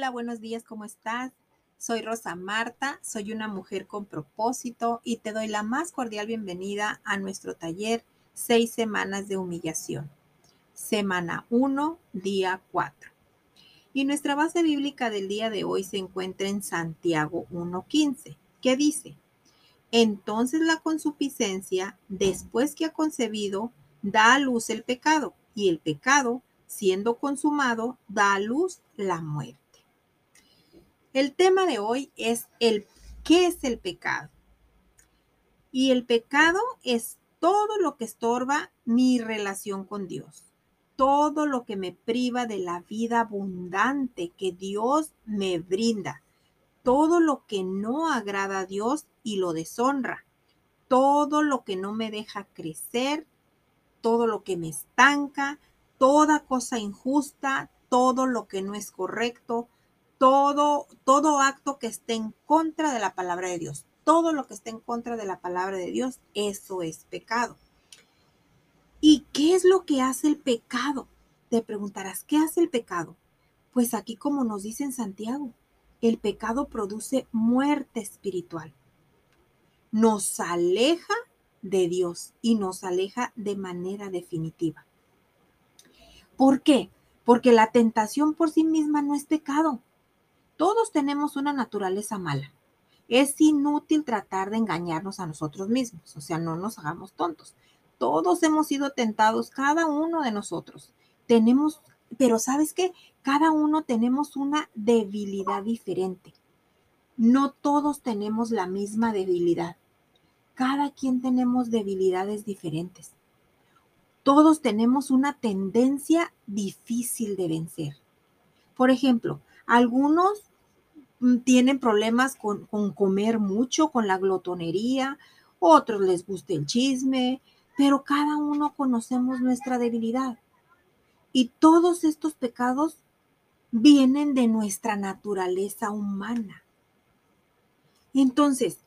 Hola, buenos días, ¿cómo estás? Soy Rosa Marta, soy una mujer con propósito y te doy la más cordial bienvenida a nuestro taller 6 semanas de humillación. Semana 1, día 4. Y nuestra base bíblica del día de hoy se encuentra en Santiago 1:15, que dice: Entonces la concupiscencia, después que ha concebido, da a luz el pecado, y el pecado, siendo consumado, da a luz la muerte. El tema de hoy es ¿qué es el pecado? Y el pecado es todo lo que estorba mi relación con Dios, todo lo que me priva de la vida abundante que Dios me brinda, todo lo que no agrada a Dios y lo deshonra, todo lo que no me deja crecer, todo lo que me estanca, toda cosa injusta, todo lo que no es correcto, todo acto que esté en contra de la palabra de Dios. Todo lo que esté en contra de la palabra de Dios, eso es pecado. ¿Y qué es lo que hace el pecado? Te preguntarás, ¿qué hace el pecado? Pues aquí, como nos dice en Santiago, el pecado produce muerte espiritual. Nos aleja de Dios y nos aleja de manera definitiva. ¿Por qué? Porque la tentación por sí misma no es pecado. Todos tenemos una naturaleza mala. Es inútil tratar de engañarnos a nosotros mismos, o sea, no nos hagamos tontos. Todos hemos sido tentados, cada uno de nosotros. Tenemos, pero ¿sabes qué? Cada uno tenemos una debilidad diferente. No todos tenemos la misma debilidad. Cada quien tenemos debilidades diferentes. Todos tenemos una tendencia difícil de vencer. Por ejemplo, algunos tienen problemas con comer mucho, con la glotonería, otros les gusta el chisme, pero cada uno conocemos nuestra debilidad. Y todos estos pecados vienen de nuestra naturaleza humana. Entonces,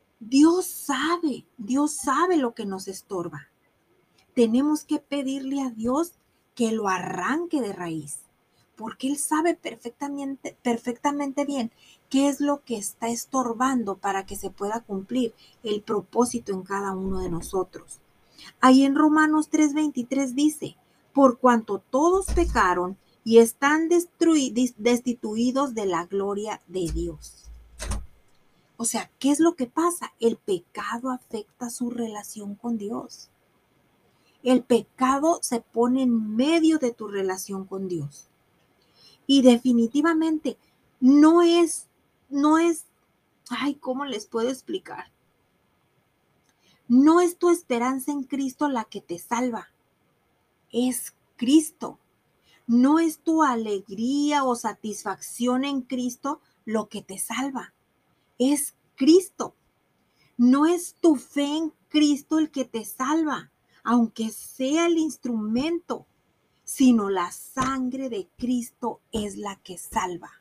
Dios sabe lo que nos estorba. Tenemos que pedirle a Dios que lo arranque de raíz, porque Él sabe perfectamente bien qué es lo que está estorbando para que se pueda cumplir el propósito en cada uno de nosotros. Ahí en Romanos 3:23 dice: por cuanto todos pecaron y están destituidos de la gloria de Dios. O sea, ¿qué es lo que pasa? El pecado afecta su relación con Dios. El pecado se pone en medio de tu relación con Dios. Y definitivamente no es, ay, ¿cómo les puedo explicar? No es tu esperanza en Cristo la que te salva, es Cristo. No es tu alegría o satisfacción en Cristo lo que te salva, es Cristo. No es tu fe en Cristo el que te salva, aunque sea el instrumento, sino la sangre de Cristo es la que salva.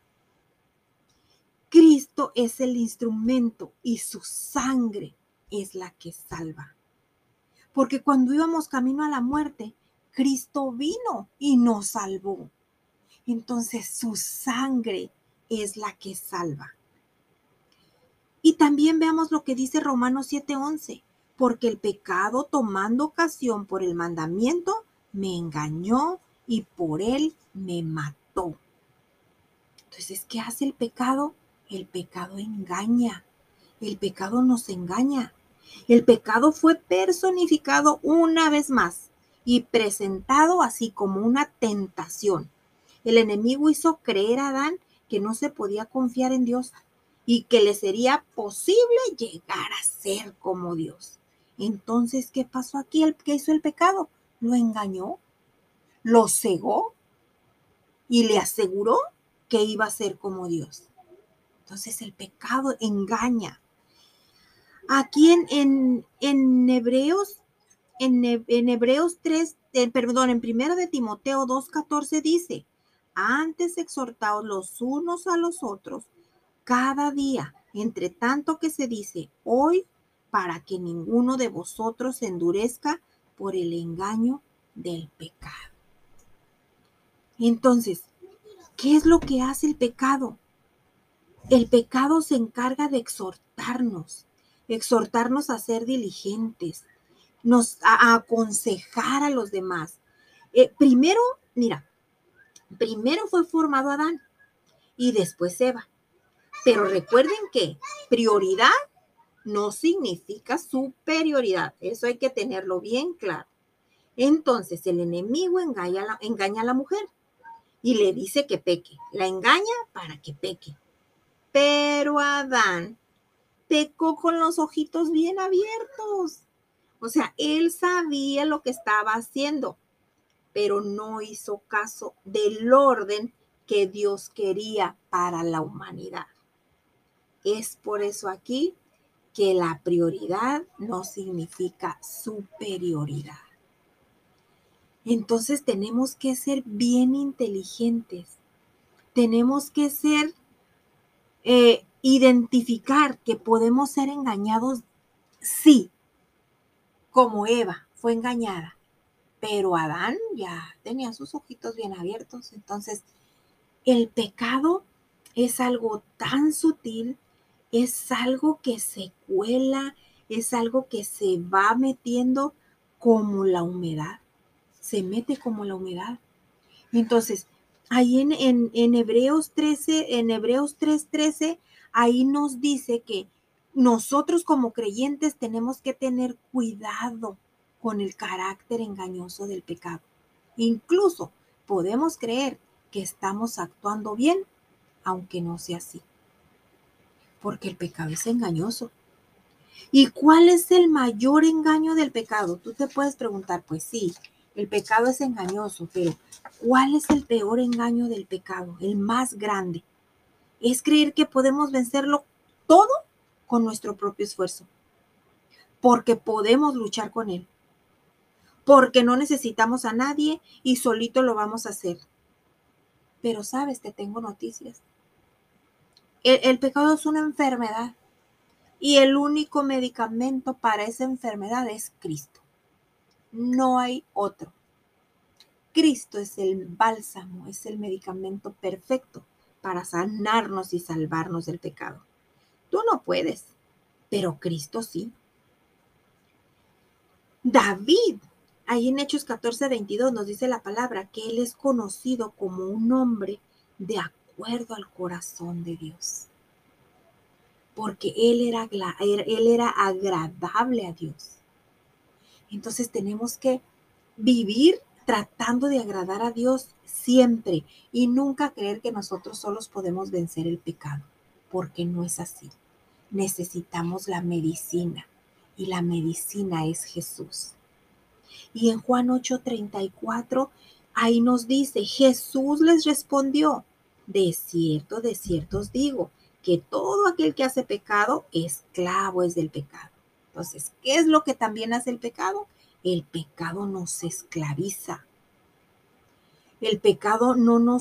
Cristo es el instrumento y su sangre es la que salva. Porque cuando íbamos camino a la muerte, Cristo vino y nos salvó. Entonces su sangre es la que salva. Y también veamos lo que dice Romanos 7:11. Porque el pecado, tomando ocasión por el mandamiento, me engañó y por él me mató. Entonces, ¿qué hace el pecado? El pecado engaña. El pecado nos engaña. El pecado fue personificado una vez más y presentado así como una tentación. El enemigo hizo creer a Adán que no se podía confiar en Dios y que le sería posible llegar a ser como Dios. Entonces, ¿qué pasó aquí? ¿Qué hizo el pecado? Lo engañó, lo cegó y le aseguró que iba a ser como Dios. Entonces el pecado engaña. Aquí en Hebreos, en Hebreos 3, en 1 de Timoteo 2:14 dice: antes exhortaos los unos a los otros cada día, entre tanto que se dice hoy, para que ninguno de vosotros se endurezca por el engaño del pecado. Entonces, ¿Qué es lo que hace el pecado? El pecado se encarga de exhortarnos a ser diligentes, a aconsejar a los demás. Primero fue formado Adán y después Eva. Pero recuerden que prioridad no significa superioridad. Eso hay que tenerlo bien claro. Entonces el enemigo engaña a la mujer y le dice que peque. La engaña para que peque. Pero Adán pecó con los ojitos bien abiertos. O sea, él sabía lo que estaba haciendo, pero no hizo caso del orden que Dios quería para la humanidad. Es por eso aquí que la prioridad no significa superioridad. Entonces tenemos que ser bien inteligentes. Tenemos que identificar que podemos ser engañados, sí, como Eva fue engañada, pero Adán ya tenía sus ojitos bien abiertos. Entonces, el pecado es algo tan sutil, es algo que se cuela, es algo que se va metiendo como la humedad, se mete como la humedad. Entonces, ahí en Hebreos 13, en Hebreos 3:13, ahí nos dice que nosotros como creyentes tenemos que tener cuidado con el carácter engañoso del pecado. Incluso podemos creer que estamos actuando bien, aunque no sea así, porque el pecado es engañoso. ¿Y cuál es el mayor engaño del pecado? Tú te puedes preguntar, pues sí, el pecado es engañoso, pero ¿cuál es el peor engaño del pecado? El más grande. Es creer que podemos vencerlo todo con nuestro propio esfuerzo, porque podemos luchar con él, porque no necesitamos a nadie y solito lo vamos a hacer. Pero sabes, te tengo noticias. El pecado es una enfermedad y el único medicamento para esa enfermedad es Cristo. No hay otro. Cristo es el bálsamo, es el medicamento perfecto para sanarnos y salvarnos del pecado. Tú no puedes, pero Cristo sí. David, ahí en Hechos 14:22 nos dice la palabra que él es conocido como un hombre de acuerdo al corazón de Dios, porque él era agradable a Dios. Entonces tenemos que vivir tratando de agradar a Dios siempre y nunca creer que nosotros solos podemos vencer el pecado, porque no es así. Necesitamos la medicina y la medicina es Jesús. Y en Juan 8:34, ahí nos dice, Jesús les respondió, de cierto os digo, que todo aquel que hace pecado, esclavo es del pecado. Entonces, ¿qué es lo que también hace el pecado? El pecado nos esclaviza. El pecado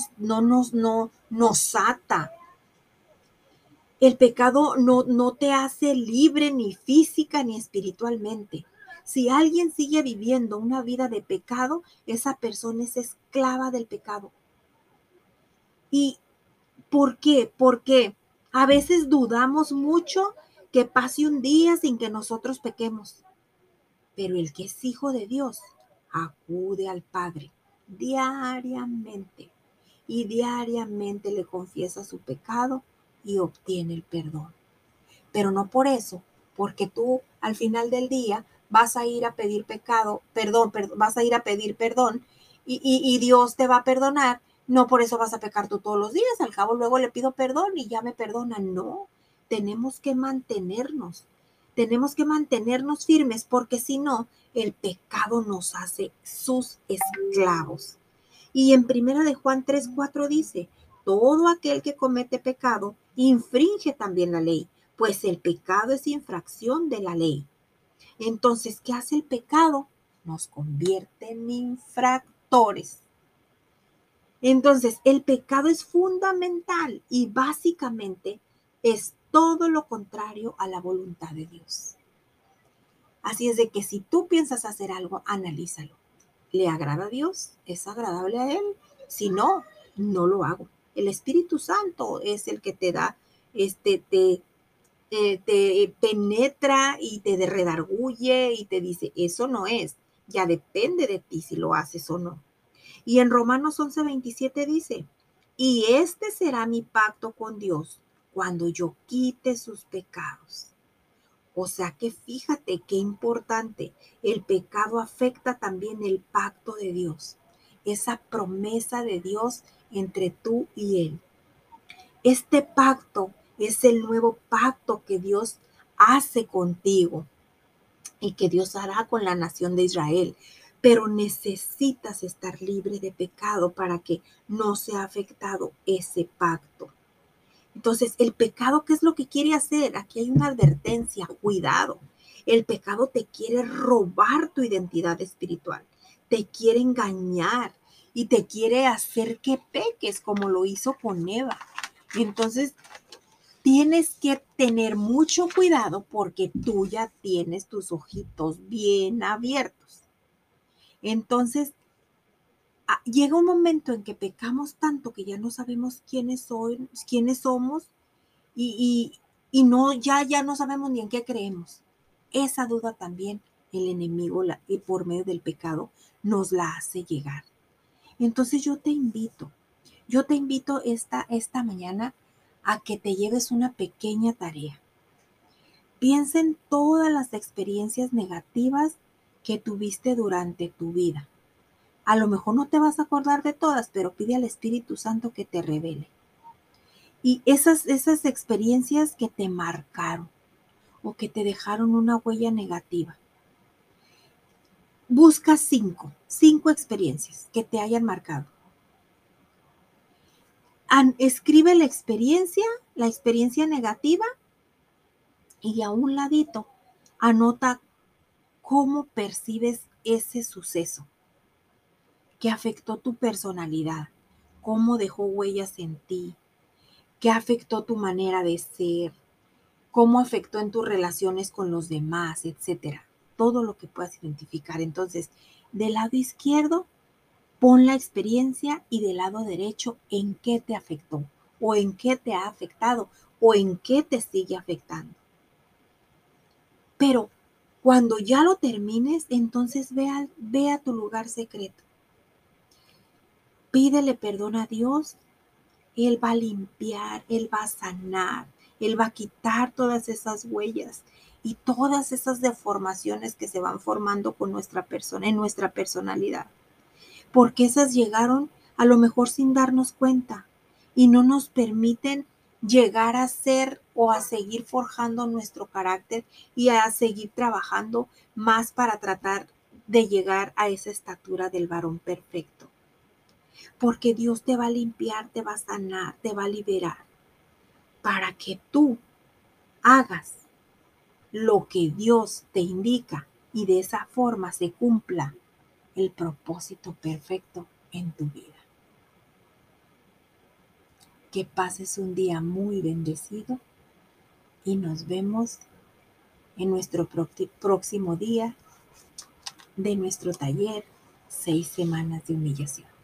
nos ata. El pecado no te hace libre ni física ni espiritualmente. Si alguien sigue viviendo una vida de pecado, esa persona es esclava del pecado. ¿Y por qué? Porque a veces dudamos mucho que pase un día sin que nosotros pequemos. Pero el que es hijo de Dios acude al Padre diariamente y diariamente le confiesa su pecado y obtiene el perdón. Pero no por eso, porque tú al final del día vas a ir a pedir vas a ir a pedir perdón y Dios te va a perdonar. No por eso vas a pecar tú todos los días. Al cabo luego le pido perdón y ya me perdonan. No, tenemos que mantenernos. Tenemos que mantenernos firmes porque si no, el pecado nos hace sus esclavos. Y en primera de Juan 3:4 dice, todo aquel que comete pecado infringe también la ley, pues el pecado es infracción de la ley. Entonces, ¿qué hace el pecado? Nos convierte en infractores. Entonces, el pecado es fundamental y básicamente es todo lo contrario a la voluntad de Dios. Así es de que si tú piensas hacer algo, analízalo. ¿Le agrada a Dios? ¿Es agradable a Él? Si no, no lo hago. El Espíritu Santo es el que te da, te penetra y te redarguye y te dice, eso no es. Ya depende de ti si lo haces o no. Y en Romanos 11:27 dice, y este será mi pacto con Dios cuando yo quite sus pecados. O sea que fíjate qué importante, el pecado afecta también el pacto de Dios, esa promesa de Dios entre tú y Él. Este pacto es el nuevo pacto que Dios hace contigo y que Dios hará con la nación de Israel. Pero necesitas estar libre de pecado para que no sea afectado ese pacto. Entonces, el pecado, ¿qué es lo que quiere hacer? Aquí hay una advertencia, cuidado. El pecado te quiere robar tu identidad espiritual, te quiere engañar y te quiere hacer que peques como lo hizo con Eva. Entonces, tienes que tener mucho cuidado porque tú ya tienes tus ojitos bien abiertos. Entonces, llega un momento en que pecamos tanto que ya no sabemos quiénes somos y no, ya no sabemos ni en qué creemos. Esa duda también el enemigo y por medio del pecado nos la hace llegar. Entonces yo te invito esta mañana a que te lleves una pequeña tarea. Piensa en todas las experiencias negativas que tuviste durante tu vida. A lo mejor no te vas a acordar de todas, pero pide al Espíritu Santo que te revele. Y esas experiencias que te marcaron o que te dejaron una huella negativa. Busca cinco experiencias que te hayan marcado. Escribe la experiencia negativa y a un ladito anota cómo percibes ese suceso, qué afectó tu personalidad, cómo dejó huellas en ti, qué afectó tu manera de ser, cómo afectó en tus relaciones con los demás, etcétera. Todo lo que puedas identificar. Entonces, del lado izquierdo, pon la experiencia y del lado derecho, en qué te afectó o en qué te ha afectado o en qué te sigue afectando. Pero cuando ya lo termines, entonces ve a tu lugar secreto. Pídele perdón a Dios. Él va a limpiar, Él va a sanar, Él va a quitar todas esas huellas y todas esas deformaciones que se van formando con nuestra persona, en nuestra personalidad. Porque esas llegaron a lo mejor sin darnos cuenta y no nos permiten llegar a ser o a seguir forjando nuestro carácter y a seguir trabajando más para tratar de llegar a esa estatura del varón perfecto. Porque Dios te va a limpiar, te va a sanar, te va a liberar para que tú hagas lo que Dios te indica y de esa forma se cumpla el propósito perfecto en tu vida. Que pases un día muy bendecido y nos vemos en nuestro próximo día de nuestro taller 6 semanas de humillación.